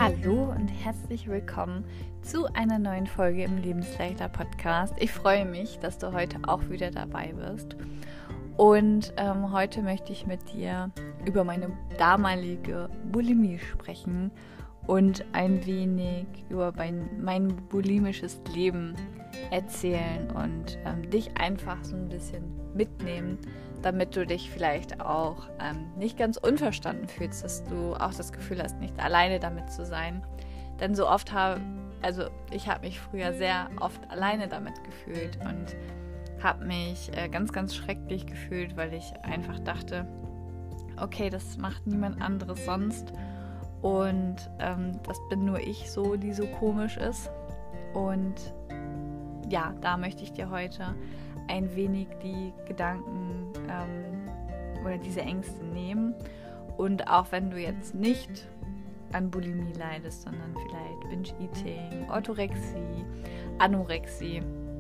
Hallo und herzlich willkommen zu einer neuen Folge im Lebensleichter Podcast. Ich freue mich, dass du heute auch wieder dabei bist. Und heute möchte ich mit dir über meine damalige Bulimie sprechen und ein wenig über mein bulimisches Leben erzählen und dich einfach so ein bisschen mitnehmen, damit du dich vielleicht auch nicht ganz unverstanden fühlst, dass du auch das Gefühl hast, nicht alleine damit zu sein. Denn so oft ich habe mich früher sehr oft alleine damit gefühlt und habe mich ganz, ganz schrecklich gefühlt, weil ich einfach dachte, okay, das macht niemand anderes sonst und das bin nur ich so, die so komisch ist. Und ja, da möchte ich dir heute ein wenig die Gedanken oder diese Ängste nehmen. Und auch wenn du jetzt nicht an Bulimie leidest, sondern vielleicht Binge-Eating, Orthorexie, Anorexie,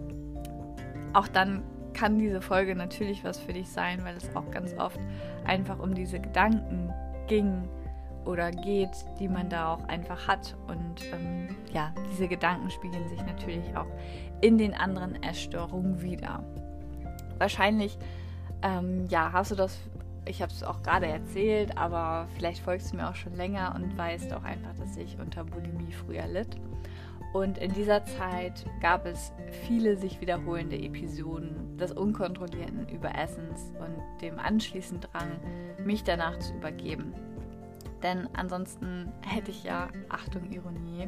auch dann kann diese Folge natürlich was für dich sein, weil es auch ganz oft einfach um diese Gedanken ging oder geht, die man da auch einfach hat. Und diese Gedanken spiegeln sich natürlich auch in den anderen Essstörungen wieder. Wahrscheinlich, hast du das, ich habe es auch gerade erzählt, aber vielleicht folgst du mir auch schon länger und weißt auch einfach, dass ich unter Bulimie früher litt. Und in dieser Zeit gab es viele sich wiederholende Episoden des unkontrollierten Überessens und dem anschließenden Drang, mich danach zu übergeben. Denn ansonsten hätte ich ja, Achtung, Ironie,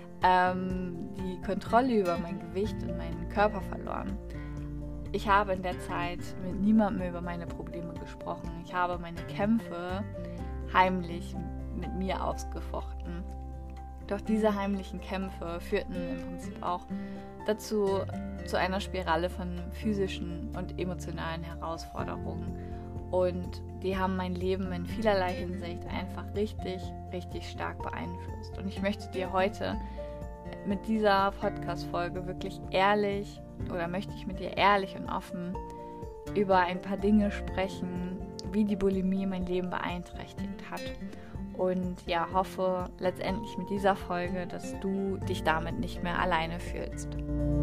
die Kontrolle über mein Gewicht und meinen Körper verloren. Ich habe in der Zeit mit niemandem über meine Probleme gesprochen. Ich habe meine Kämpfe heimlich mit mir ausgefochten. Doch diese heimlichen Kämpfe führten im Prinzip auch dazu, zu einer Spirale von physischen und emotionalen Herausforderungen. Und die haben mein Leben in vielerlei Hinsicht einfach richtig, richtig stark beeinflusst. Und ich möchte dir heute mit dieser Podcast-Folge wirklich möchte ich mit dir ehrlich und offen über ein paar Dinge sprechen, wie die Bulimie mein Leben beeinträchtigt hat. Und ja, hoffe letztendlich mit dieser Folge, dass du dich damit nicht mehr alleine fühlst.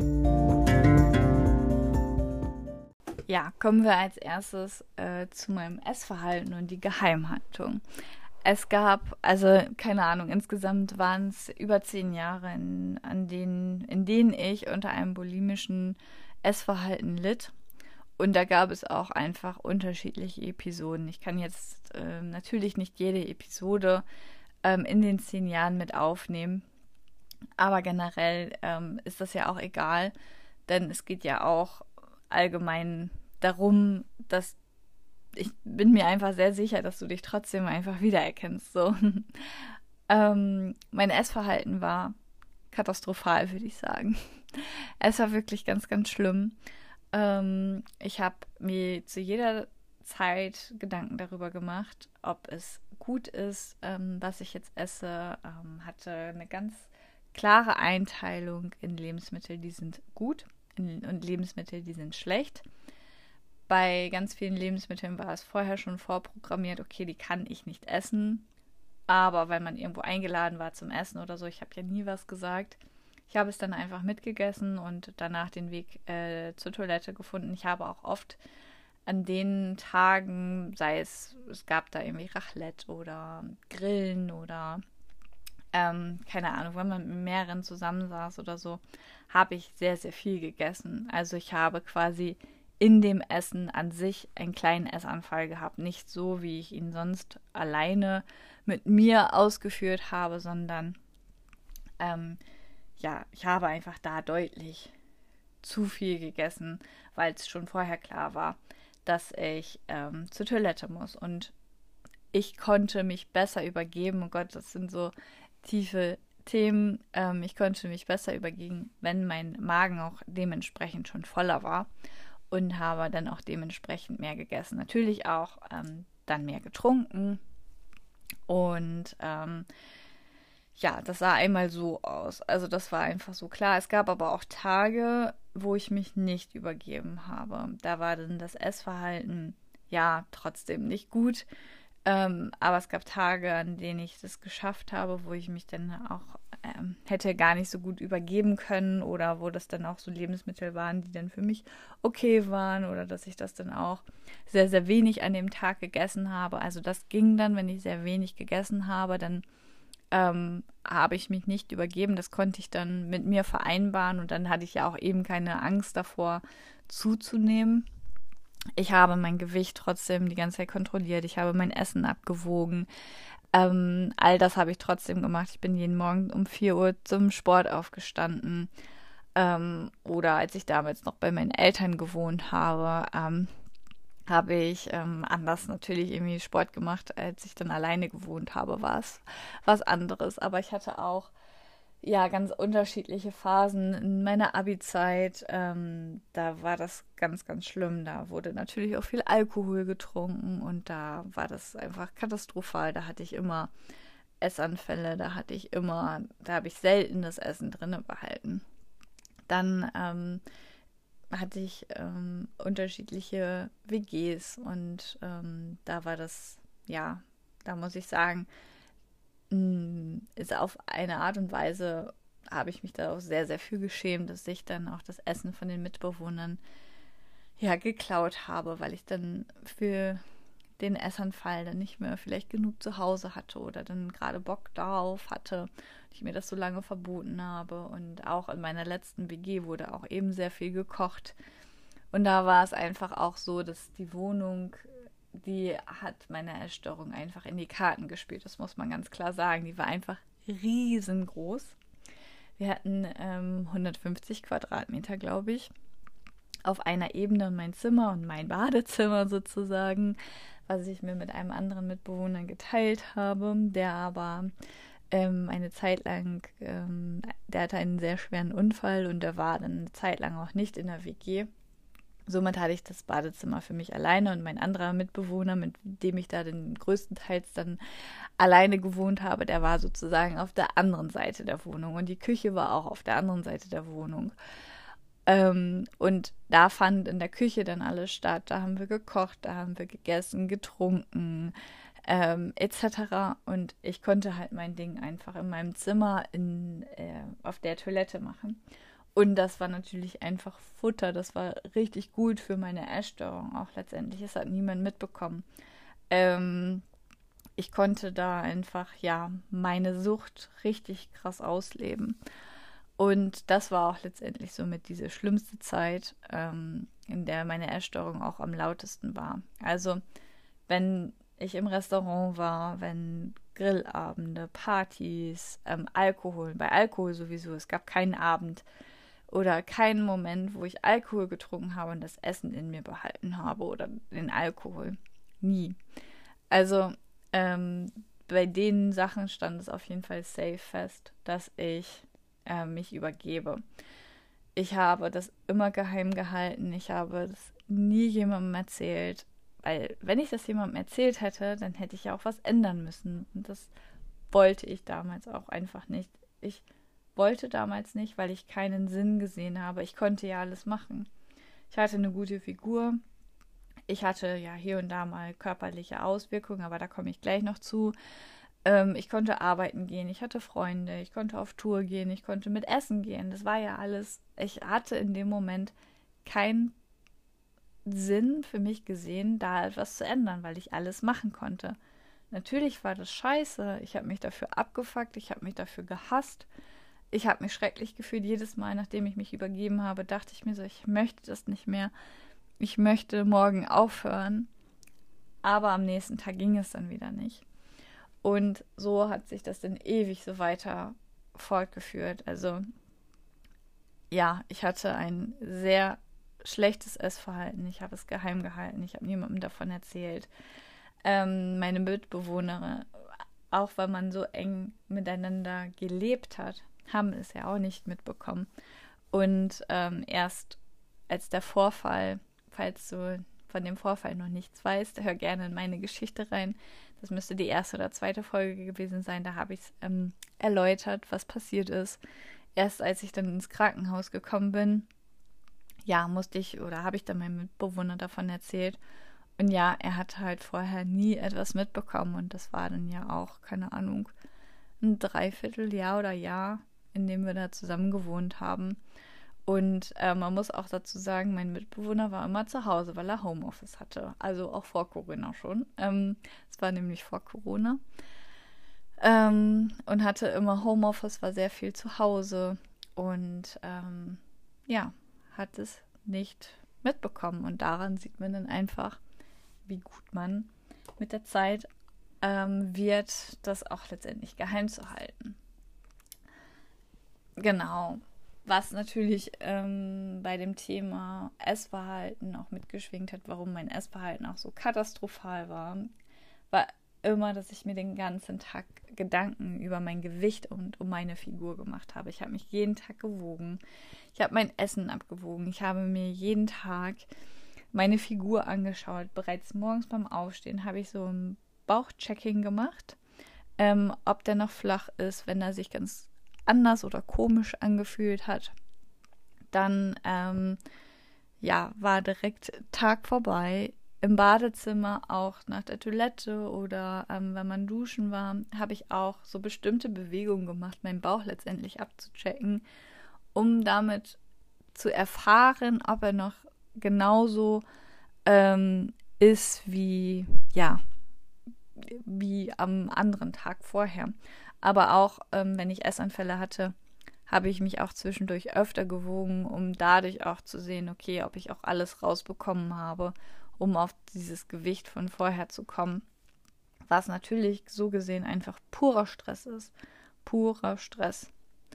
Ja, kommen wir als erstes zu meinem Essverhalten und die Geheimhaltung. Es gab, keine Ahnung, insgesamt waren es über 10 Jahre, in denen ich unter einem bulimischen Essverhalten litt. Und da gab es auch einfach unterschiedliche Episoden. Ich kann jetzt natürlich nicht jede Episode in den 10 Jahren mit aufnehmen. Aber generell ist das ja auch egal, denn es geht ja auch allgemein darum, dass ich bin mir einfach sehr sicher, dass du dich trotzdem einfach wiedererkennst. So. Mein Essverhalten war katastrophal, würde ich sagen. Es war wirklich ganz, ganz schlimm. Ich habe mir zu jeder Zeit Gedanken darüber gemacht, ob es gut ist, was ich jetzt esse. Hatte eine ganz klare Einteilung in Lebensmittel, die sind gut und Lebensmittel, die sind schlecht. Bei ganz vielen Lebensmitteln war es vorher schon vorprogrammiert, okay, die kann ich nicht essen. Aber wenn man irgendwo eingeladen war zum Essen oder so, ich habe ja nie was gesagt. Ich habe es dann einfach mitgegessen und danach den Weg zur Toilette gefunden. Ich habe auch oft an den Tagen, es gab da irgendwie Raclette oder Grillen oder keine Ahnung, wenn man mit mehreren zusammensaß oder so, habe ich sehr, sehr viel gegessen. Also ich habe quasi in dem Essen an sich einen kleinen Essanfall gehabt. Nicht so, wie ich ihn sonst alleine mit mir ausgeführt habe, sondern ich habe einfach da deutlich zu viel gegessen, weil es schon vorher klar war, dass ich zur Toilette muss. Und ich konnte mich besser übergeben. Oh Gott, das sind so tiefe Themen. Ich konnte mich besser übergeben, wenn mein Magen auch dementsprechend schon voller war. Und habe dann auch dementsprechend mehr gegessen. Natürlich auch dann mehr getrunken. Und das sah einmal so aus. Also das war einfach so klar. Es gab aber auch Tage, wo ich mich nicht übergeben habe. Da war dann das Essverhalten trotzdem nicht gut. Aber es gab Tage, an denen ich das geschafft habe, wo ich mich dann auch hätte gar nicht so gut übergeben können oder wo das dann auch so Lebensmittel waren, die dann für mich okay waren oder dass ich das dann auch sehr, sehr wenig an dem Tag gegessen habe. Also das ging dann, wenn ich sehr wenig gegessen habe, dann habe ich mich nicht übergeben. Das konnte ich dann mit mir vereinbaren und dann hatte ich ja auch eben keine Angst davor zuzunehmen. Ich habe mein Gewicht trotzdem die ganze Zeit kontrolliert. Ich habe mein Essen abgewogen. All das habe ich trotzdem gemacht. Ich bin jeden Morgen um 4 Uhr zum Sport aufgestanden. Oder als ich damals noch bei meinen Eltern gewohnt habe, habe ich anders natürlich irgendwie Sport gemacht. Als ich dann alleine gewohnt habe, war es was anderes. Aber ich hatte auch ja ganz unterschiedliche Phasen in meiner Abi-Zeit. Da war das ganz, ganz schlimm. Da wurde natürlich auch viel Alkohol getrunken und da war das einfach katastrophal. Da hatte ich immer Essanfälle, da habe ich selten das Essen drinne behalten. Dann hatte ich unterschiedliche WGs und da war das, ja, da muss ich sagen, ist auf eine Art und Weise, habe ich mich da auch sehr, sehr viel geschämt, dass ich dann auch das Essen von den Mitbewohnern ja geklaut habe, weil ich dann für den Essanfall dann nicht mehr vielleicht genug zu Hause hatte oder dann gerade Bock darauf hatte, ich mir das so lange verboten habe. Und auch in meiner letzten WG wurde auch eben sehr viel gekocht. Und da war es einfach auch so, dass die Wohnung, die hat meine Essstörung einfach in die Karten gespielt. Das muss man ganz klar sagen. Die war einfach riesengroß. Wir hatten 150 Quadratmeter, glaube ich, auf einer Ebene mein Zimmer und mein Badezimmer sozusagen, was ich mir mit einem anderen Mitbewohner geteilt habe, der aber eine Zeit lang, der hatte einen sehr schweren Unfall und der war dann eine Zeit lang auch nicht in der WG. Somit hatte ich das Badezimmer für mich alleine und mein anderer Mitbewohner, mit dem ich da den größtenteils dann alleine gewohnt habe, der war sozusagen auf der anderen Seite der Wohnung und die Küche war auch auf der anderen Seite der Wohnung. Und da fand in der Küche dann alles statt. Da haben wir gekocht, da haben wir gegessen, getrunken, etc. Und ich konnte halt mein Ding einfach in meinem Zimmer auf der Toilette machen. Und das war natürlich einfach Futter. Das war richtig gut für meine Essstörung auch letztendlich. Es hat niemand mitbekommen. Ich konnte da einfach, ja, meine Sucht richtig krass ausleben. Und das war auch letztendlich somit diese schlimmste Zeit, in der meine Essstörung auch am lautesten war. Also, wenn ich im Restaurant war, wenn Grillabende, Partys, Alkohol, bei Alkohol sowieso, es gab keinen Abend oder keinen Moment, wo ich Alkohol getrunken habe und das Essen in mir behalten habe oder den Alkohol. Nie. Also, bei den Sachen stand es auf jeden Fall safe fest, dass ich mich übergebe. Ich habe das immer geheim gehalten. Ich habe das nie jemandem erzählt. Weil, wenn ich das jemandem erzählt hätte, dann hätte ich ja auch was ändern müssen. Und das wollte ich damals auch einfach nicht. Ich wollte damals nicht, weil ich keinen Sinn gesehen habe. Ich konnte ja alles machen. Ich hatte eine gute Figur. Ich hatte ja hier und da mal körperliche Auswirkungen, aber da komme ich gleich noch zu. Ich konnte arbeiten gehen, ich hatte Freunde, ich konnte auf Tour gehen, ich konnte mit essen gehen. Das war ja alles. Ich hatte in dem Moment keinen Sinn für mich gesehen, da etwas zu ändern, weil ich alles machen konnte. Natürlich war das scheiße. Ich habe mich dafür abgefuckt, ich habe mich dafür gehasst. Ich habe mich schrecklich gefühlt. Jedes Mal, nachdem ich mich übergeben habe, dachte ich mir so, ich möchte das nicht mehr. Ich möchte morgen aufhören. Aber am nächsten Tag ging es dann wieder nicht. Und so hat sich das dann ewig so weiter fortgeführt. Also ja, ich hatte ein sehr schlechtes Essverhalten. Ich habe es geheim gehalten. Ich habe niemandem davon erzählt. Meine Mitbewohner, auch weil man so eng miteinander gelebt hat, haben es ja auch nicht mitbekommen. Und erst als der Vorfall, falls du von dem Vorfall noch nichts weißt, hör gerne in meine Geschichte rein. Das müsste die erste oder zweite Folge gewesen sein. Da habe ich es erläutert, was passiert ist. Erst als ich dann ins Krankenhaus gekommen bin, ja, habe ich dann meinem Mitbewohner davon erzählt. Und ja, er hat halt vorher nie etwas mitbekommen und das war dann ja auch, keine Ahnung, ein Dreivierteljahr oder Jahr, in dem wir da zusammen gewohnt haben. Und man muss auch dazu sagen, mein Mitbewohner war immer zu Hause, weil er Homeoffice hatte. Also auch vor Corona schon. Es war nämlich vor Corona. Und hatte immer Homeoffice, war sehr viel zu Hause und ja, hat es nicht mitbekommen. Und daran sieht man dann einfach, wie gut man mit der Zeit wird, das auch letztendlich geheim zu halten. Genau. Was natürlich bei dem Thema Essverhalten auch mitgeschwingt hat, warum mein Essverhalten auch so katastrophal war immer, dass ich mir den ganzen Tag Gedanken über mein Gewicht und um meine Figur gemacht habe. Ich habe mich jeden Tag gewogen. Ich habe mein Essen abgewogen. Ich habe mir jeden Tag meine Figur angeschaut. Bereits morgens beim Aufstehen habe ich so ein Bauchchecking gemacht, ob der noch flach ist, wenn er sich ganz anders oder komisch angefühlt hat. Dann war direkt Tag vorbei. Im Badezimmer, auch nach der Toilette oder wenn man duschen war, habe ich auch so bestimmte Bewegungen gemacht, meinen Bauch letztendlich abzuchecken, um damit zu erfahren, ob er noch genauso ist wie am anderen Tag vorher. Aber auch, wenn ich Essanfälle hatte, habe ich mich auch zwischendurch öfter gewogen, um dadurch auch zu sehen, okay, ob ich auch alles rausbekommen habe, um auf dieses Gewicht von vorher zu kommen. Was natürlich so gesehen einfach purer Stress ist. Purer Stress.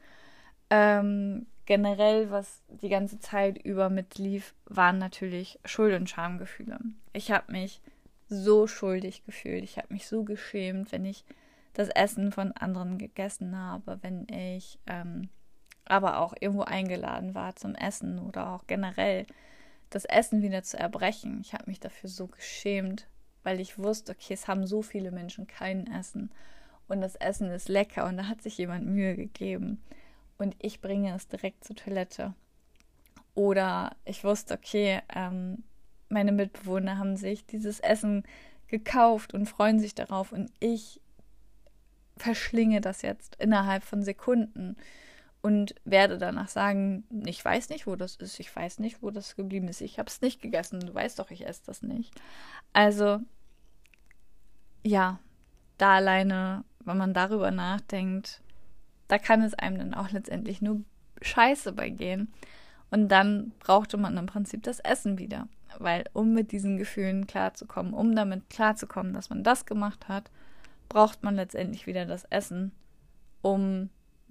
Generell, was die ganze Zeit über mitlief, waren natürlich Schuld- und Schamgefühle. Ich habe mich so schuldig gefühlt. Ich habe mich so geschämt, wenn ich das Essen von anderen gegessen habe, wenn ich aber auch irgendwo eingeladen war zum Essen oder auch generell das Essen wieder zu erbrechen. Ich habe mich dafür so geschämt, weil ich wusste, okay, es haben so viele Menschen kein Essen und das Essen ist lecker und da hat sich jemand Mühe gegeben und ich bringe es direkt zur Toilette. Oder ich wusste, okay, meine Mitbewohner haben sich dieses Essen gekauft und freuen sich darauf und ich verschlinge das jetzt innerhalb von Sekunden und werde danach sagen, ich weiß nicht, wo das ist, ich weiß nicht, wo das geblieben ist, ich habe es nicht gegessen, du weißt doch, ich esse das nicht. Also, ja, da alleine, wenn man darüber nachdenkt, da kann es einem dann auch letztendlich nur scheiße bei gehen. Und dann brauchte man im Prinzip das Essen wieder, weil um mit diesen Gefühlen klarzukommen, um damit klarzukommen, dass man das gemacht hat, braucht man letztendlich wieder das Essen, um,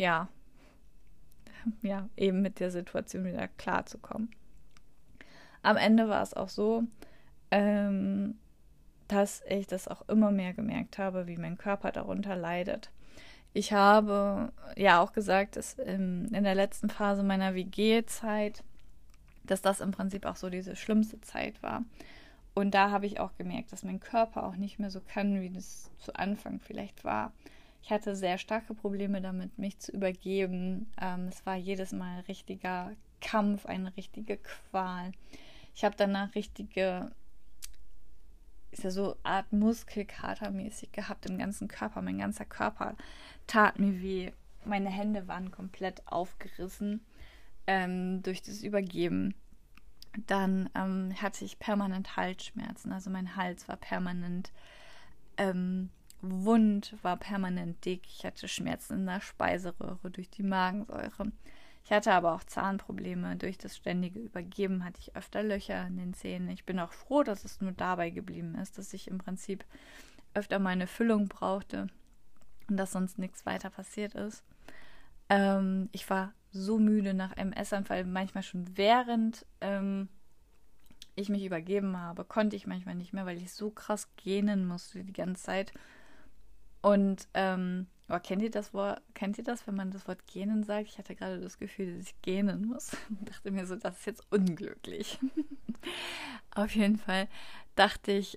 eben mit der Situation wieder klarzukommen. Am Ende war es auch so, dass ich das auch immer mehr gemerkt habe, wie mein Körper darunter leidet. Ich habe ja auch gesagt, dass in der letzten Phase meiner WG-Zeit, dass das im Prinzip auch so diese schlimmste Zeit war. Und da habe ich auch gemerkt, dass mein Körper auch nicht mehr so kann, wie das zu Anfang vielleicht war. Ich hatte sehr starke Probleme damit, mich zu übergeben. Es war jedes Mal ein richtiger Kampf, eine richtige Qual. Ich habe danach richtige, ist ja so Art Muskelkatermäßig gehabt im ganzen Körper. Mein ganzer Körper tat mir weh. Meine Hände waren komplett aufgerissen durch das Übergeben. Dann hatte ich permanent Halsschmerzen. Also mein Hals war permanent wund, war permanent dick. Ich hatte Schmerzen in der Speiseröhre durch die Magensäure. Ich hatte aber auch Zahnprobleme. Durch das ständige Übergeben hatte ich öfter Löcher in den Zähnen. Ich bin auch froh, dass es nur dabei geblieben ist, dass ich im Prinzip öfter meine Füllung brauchte und dass sonst nichts weiter passiert ist. Ich war so müde nach einem Essanfall, manchmal schon während ich mich übergeben habe, konnte ich manchmal nicht mehr, weil ich so krass gähnen musste die ganze Zeit. Und kennt ihr das, wenn man das Wort gähnen sagt? Ich hatte gerade das Gefühl, dass ich gähnen muss. Und dachte mir so, das ist jetzt unglücklich. Auf jeden Fall dachte ich,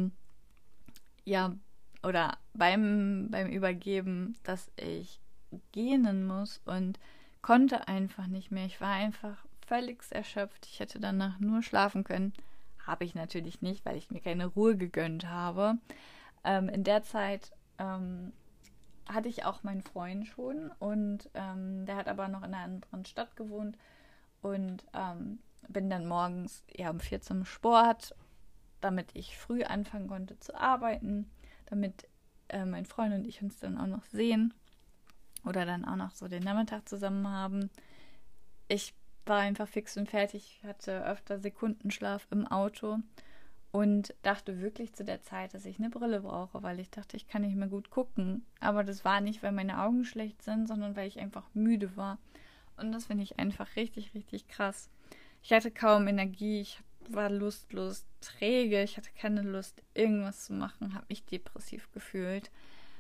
oder beim Übergeben, dass ich gähnen muss und konnte einfach nicht mehr. Ich war einfach völlig erschöpft. Ich hätte danach nur schlafen können. habe ich natürlich nicht, weil ich mir keine Ruhe gegönnt habe. In der Zeit hatte ich auch meinen Freund schon und der hat aber noch in einer anderen Stadt gewohnt und bin dann morgens um 4 zum Sport, damit ich früh anfangen konnte zu arbeiten, damit mein Freund und ich uns dann auch noch sehen oder dann auch noch so den Nachmittag zusammen haben. Ich war einfach fix und fertig, hatte öfter Sekundenschlaf im Auto und dachte wirklich zu der Zeit, dass ich eine Brille brauche, weil ich dachte, ich kann nicht mehr gut gucken. Aber das war nicht, weil meine Augen schlecht sind, sondern weil ich einfach müde war. Und das finde ich einfach richtig, richtig krass. Ich hatte kaum Energie, ich war lustlos, träge, ich hatte keine Lust, irgendwas zu machen, habe mich depressiv gefühlt.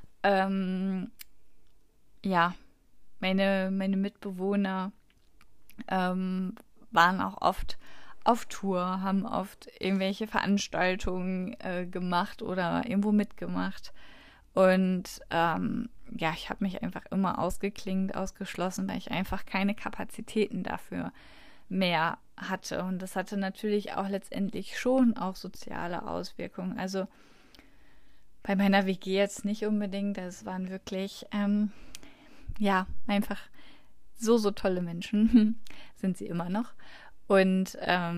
Ja, meine Mitbewohner waren auch oft auf Tour, haben oft irgendwelche Veranstaltungen gemacht oder irgendwo mitgemacht. Und ich habe mich einfach immer ausgeklingt, ausgeschlossen, weil ich einfach keine Kapazitäten dafür mehr hatte. Und das hatte natürlich auch letztendlich schon auch soziale Auswirkungen. Also bei meiner WG jetzt nicht unbedingt. Das waren wirklich, einfach so tolle Menschen. Sind sie immer noch. Und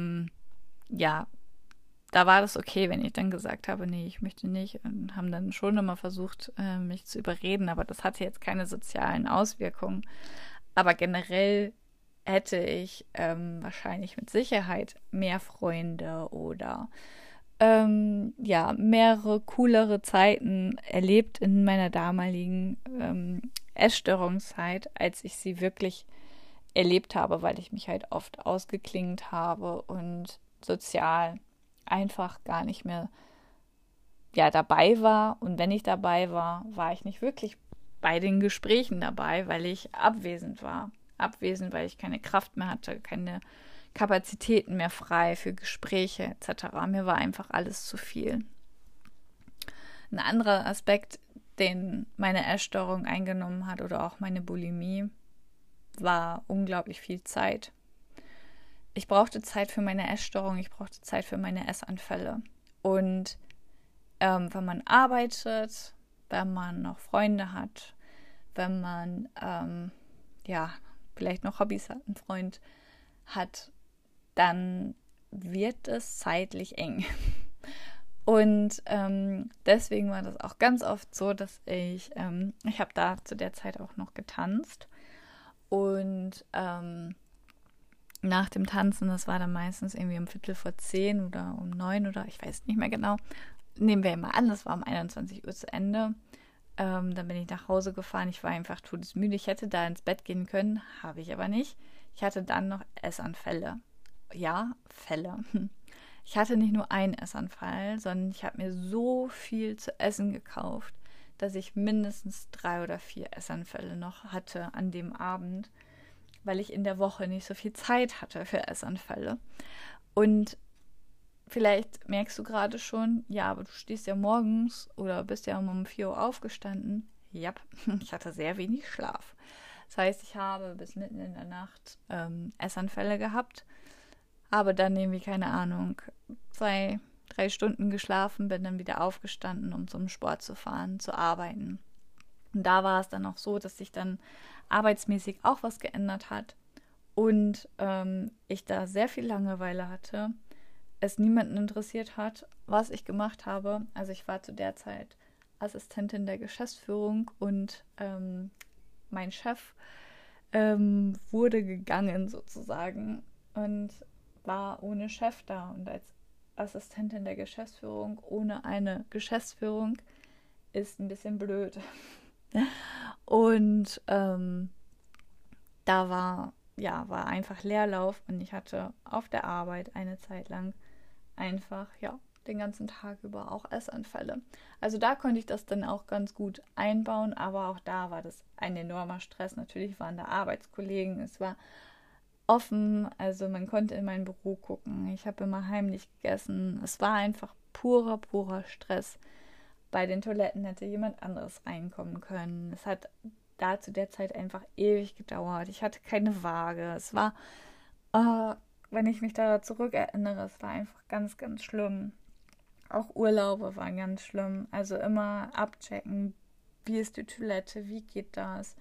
da war das okay, wenn ich dann gesagt habe, nee, ich möchte nicht. Und haben dann schon immer versucht, mich zu überreden. Aber das hatte jetzt keine sozialen Auswirkungen. Aber generell hätte ich wahrscheinlich mit Sicherheit mehr Freunde oder mehrere coolere Zeiten erlebt in meiner damaligen Essstörungszeit, als ich sie wirklich erlebt habe, weil ich mich halt oft ausgeklingt habe und sozial einfach gar nicht mehr dabei war. Und wenn ich dabei war, war ich nicht wirklich bei den Gesprächen dabei, weil ich abwesend war. Abwesend, weil ich keine Kraft mehr hatte, keine Kapazitäten mehr frei für Gespräche etc. Mir war einfach alles zu viel. Ein anderer Aspekt, den meine Essstörung eingenommen hat oder auch meine Bulimie, war unglaublich viel Zeit. Ich brauchte Zeit für meine Essstörung, ich brauchte Zeit für meine Essanfälle. Und wenn man arbeitet, wenn man noch Freunde hat, wenn man vielleicht noch Hobbys hat, einen Freund hat, dann wird es zeitlich eng. Und deswegen war das auch ganz oft so, dass ich habe da zu der Zeit auch noch getanzt und nach dem Tanzen, das war dann meistens irgendwie um 9:15 oder um 9 oder ich weiß nicht mehr genau, nehmen wir mal an, das war um 21 Uhr zu Ende. Dann bin ich nach Hause gefahren. Ich war einfach todesmüde. Ich hätte da ins Bett gehen können, habe ich aber nicht. Ich hatte dann noch Essanfälle. Ja, Fälle. Ich hatte nicht nur einen Essanfall, sondern ich habe mir so viel zu essen gekauft, dass ich mindestens 3 oder 4 Essanfälle noch hatte an dem Abend, weil ich in der Woche nicht so viel Zeit hatte für Essanfälle. Und vielleicht merkst du gerade schon, ja, aber du stehst ja morgens oder bist ja um 4 Uhr aufgestanden. Ja, ich hatte sehr wenig Schlaf. Das heißt, ich habe bis mitten in der Nacht Essanfälle gehabt, habe dann irgendwie, keine Ahnung, 2, 3 Stunden geschlafen, bin dann wieder aufgestanden, um zum Sport zu fahren, zu arbeiten. Und da war es dann auch so, dass sich dann arbeitsmäßig auch was geändert hat und ich da sehr viel Langeweile hatte, es niemanden interessiert hat, was ich gemacht habe. Also ich war zu der Zeit Assistentin der Geschäftsführung und mein Chef wurde gegangen sozusagen und war ohne Chef da. Und als Assistentin der Geschäftsführung ohne eine Geschäftsführung ist ein bisschen blöd. Und da war einfach Leerlauf und ich hatte auf der Arbeit eine Zeit lang einfach, den ganzen Tag über auch Essanfälle. Also da konnte ich das dann auch ganz gut einbauen, aber auch da war das ein enormer Stress. Natürlich waren da Arbeitskollegen, es war offen, also man konnte in mein Büro gucken. Ich habe immer heimlich gegessen. Es war einfach purer Stress. Bei den Toiletten hätte jemand anderes reinkommen können. Es hat da zu der Zeit einfach ewig gedauert. Ich hatte keine Waage. Es war wenn ich mich da zurückerinnere, es war einfach ganz, ganz schlimm. Auch Urlaube waren ganz schlimm. Also immer abchecken, wie ist die Toilette, wie geht das?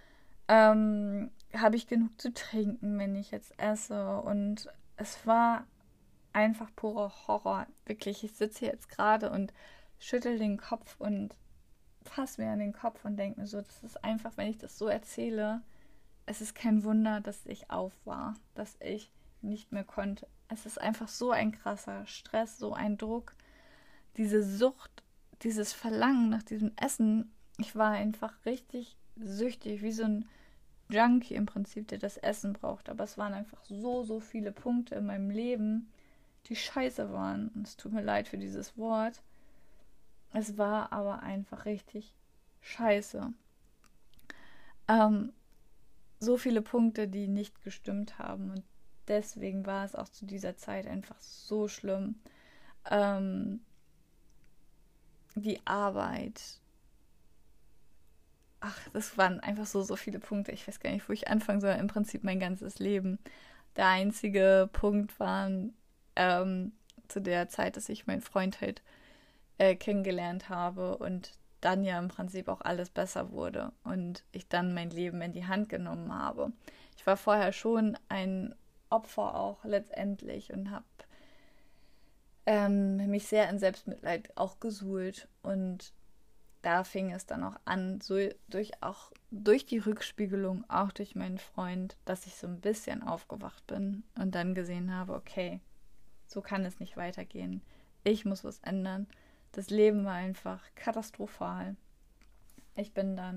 Habe ich genug zu trinken, wenn ich jetzt esse? Und es war einfach purer Horror. Wirklich, ich sitze hier jetzt gerade und schüttel den Kopf und fasse mir an den Kopf und denke mir so, das ist einfach, wenn ich das so erzähle, es ist kein Wunder, dass ich auf war, dass ich nicht mehr konnte. Es ist einfach so ein krasser Stress, so ein Druck, diese Sucht, dieses Verlangen nach diesem Essen. Ich war einfach richtig süchtig, wie so ein Junkie im Prinzip, der das Essen braucht. Aber es waren einfach so, so viele Punkte in meinem Leben, die scheiße waren. Und es tut mir leid für dieses Wort. Es war aber einfach richtig scheiße. So viele Punkte, die nicht gestimmt haben. Und deswegen war es auch zu dieser Zeit einfach so schlimm. Die Arbeit. Ach, das waren einfach so, so viele Punkte. Ich weiß gar nicht, wo ich anfangen soll. Im Prinzip mein ganzes Leben. Der einzige Punkt war zu der Zeit, dass ich meinen Freund halt kennengelernt habe und dann ja im Prinzip auch alles besser wurde und ich dann mein Leben in die Hand genommen habe. Ich war vorher schon ein Opfer auch letztendlich und habe mich sehr in Selbstmitleid auch gesuhlt und da fing es dann auch an, so durch die Rückspiegelung, auch durch meinen Freund, dass ich so ein bisschen aufgewacht bin und dann gesehen habe, okay, so kann es nicht weitergehen. Ich muss was ändern. Das Leben war einfach katastrophal. Ich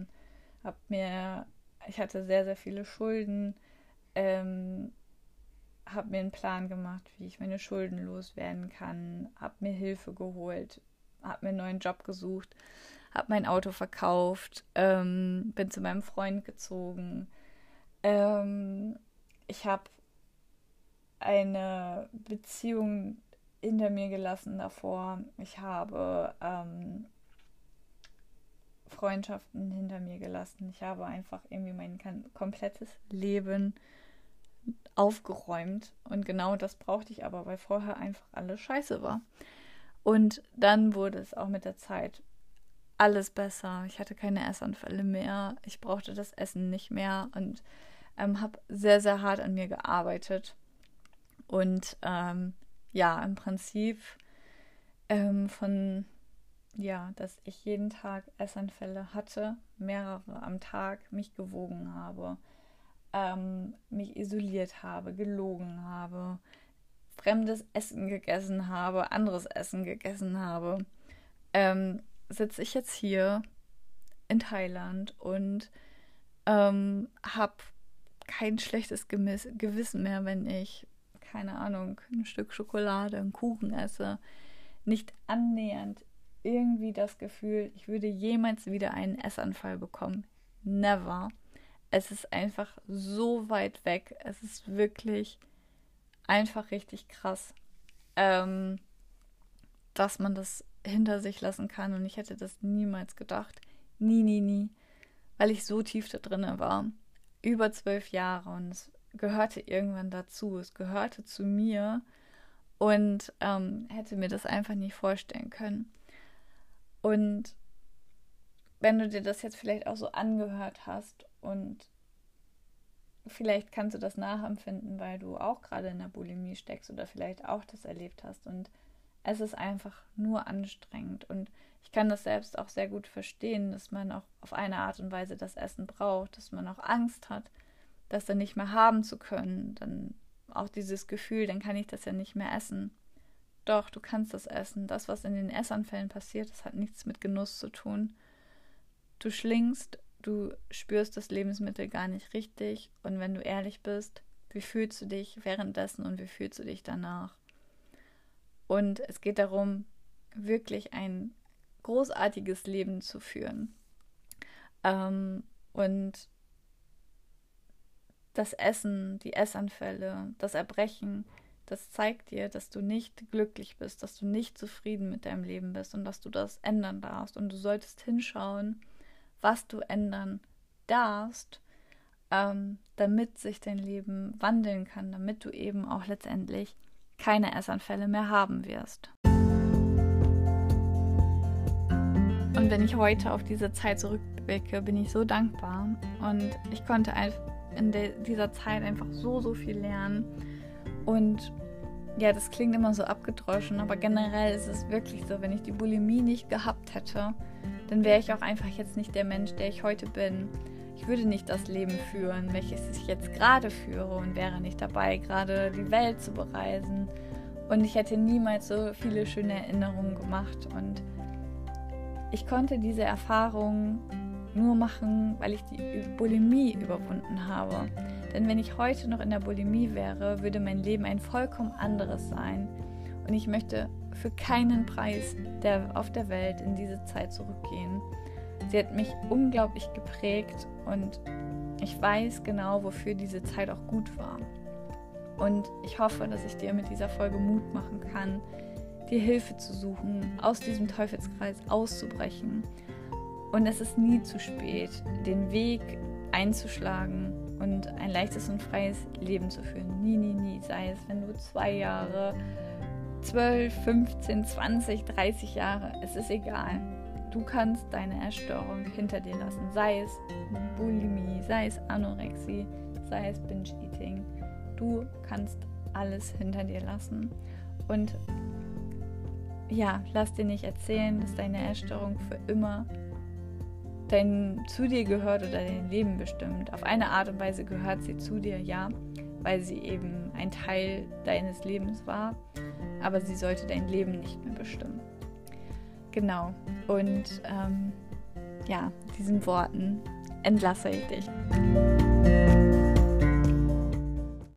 hatte sehr, sehr viele Schulden, habe mir einen Plan gemacht, wie ich meine Schulden loswerden kann, habe mir Hilfe geholt, habe mir einen neuen Job gesucht, habe mein Auto verkauft, bin zu meinem Freund gezogen. Ich habe eine Beziehung hinter mir gelassen davor. Ich habe Freundschaften hinter mir gelassen. Ich habe einfach irgendwie mein komplettes Leben aufgeräumt. Und genau das brauchte ich aber, weil vorher einfach alles scheiße war. Und dann wurde es auch mit der Zeit alles besser. Ich hatte keine Essanfälle mehr. Ich brauchte das Essen nicht mehr und habe sehr, sehr hart an mir gearbeitet. Und ja, im Prinzip dass ich jeden Tag Essanfälle hatte, mehrere am Tag, mich gewogen habe, mich isoliert habe, gelogen habe, fremdes Essen gegessen habe, anderes Essen gegessen habe, sitze ich jetzt hier in Thailand und habe kein schlechtes Gewissen mehr, wenn ich, keine Ahnung, ein Stück Schokolade, einen Kuchen esse. Nicht annähernd irgendwie das Gefühl, ich würde jemals wieder einen Essanfall bekommen. Never. Es ist einfach so weit weg. Es ist wirklich einfach richtig krass, dass man das hinter sich lassen kann. Und ich hätte das niemals gedacht. Nie, nie, nie. Weil ich so tief da drin war. Über 12 Jahre. Und es gehörte irgendwann dazu. Es gehörte zu mir. Und hätte mir das einfach nicht vorstellen können. Und wenn du dir das jetzt vielleicht auch so angehört hast und vielleicht kannst du das nachempfinden, weil du auch gerade in der Bulimie steckst oder vielleicht auch das erlebt hast und es ist einfach nur anstrengend und ich kann das selbst auch sehr gut verstehen, dass man auch auf eine Art und Weise das Essen braucht, dass man auch Angst hat, das dann nicht mehr haben zu können, dann auch dieses Gefühl, dann kann ich das ja nicht mehr essen. Doch, du kannst das essen. Das, was in den Essanfällen passiert, das hat nichts mit Genuss zu tun. Du schlingst, du spürst das Lebensmittel gar nicht richtig. Und wenn du ehrlich bist, wie fühlst du dich währenddessen und wie fühlst du dich danach? Und es geht darum, wirklich ein großartiges Leben zu führen. Und das Essen, die Essanfälle, das Erbrechen, das zeigt dir, dass du nicht glücklich bist, dass du nicht zufrieden mit deinem Leben bist und dass du das ändern darfst. Und du solltest hinschauen, was du ändern darfst, damit sich dein Leben wandeln kann, damit du eben auch letztendlich keine Essanfälle mehr haben wirst. Und wenn ich heute auf diese Zeit zurückblicke, bin ich so dankbar und ich konnte in dieser Zeit einfach so viel lernen. Und ja, das klingt immer so abgedroschen, aber generell ist es wirklich so, wenn ich die Bulimie nicht gehabt hätte, dann wäre ich auch einfach jetzt nicht der Mensch, der ich heute bin. Ich würde nicht das Leben führen, welches ich jetzt gerade führe, und wäre nicht dabei, gerade die Welt zu bereisen. Und ich hätte niemals so viele schöne Erinnerungen gemacht. Und ich konnte diese Erfahrung nur machen, weil ich die Bulimie überwunden habe. Denn wenn ich heute noch in der Bulimie wäre, würde mein Leben ein vollkommen anderes sein. Und ich möchte für keinen Preis auf der Welt in diese Zeit zurückgehen. Sie hat mich unglaublich geprägt und ich weiß genau, wofür diese Zeit auch gut war. Und ich hoffe, dass ich dir mit dieser Folge Mut machen kann, dir Hilfe zu suchen, aus diesem Teufelskreis auszubrechen. Und es ist nie zu spät, den Weg einzuschlagen und ein leichtes und freies Leben zu führen. Nie. Sei es, wenn du 2 Jahre, 12, 15, 20, 30 Jahre, es ist egal. Du kannst deine Essstörung hinter dir lassen. Sei es Bulimie, sei es Anorexie, sei es Binge-Eating. Du kannst alles hinter dir lassen. Und ja, lass dir nicht erzählen, dass deine Essstörung für immer zu dir gehört oder dein Leben bestimmt. Auf eine Art und Weise gehört sie zu dir, ja, weil sie eben ein Teil deines Lebens war, aber sie sollte dein Leben nicht mehr bestimmen. Genau, und diesen Worten entlasse ich dich.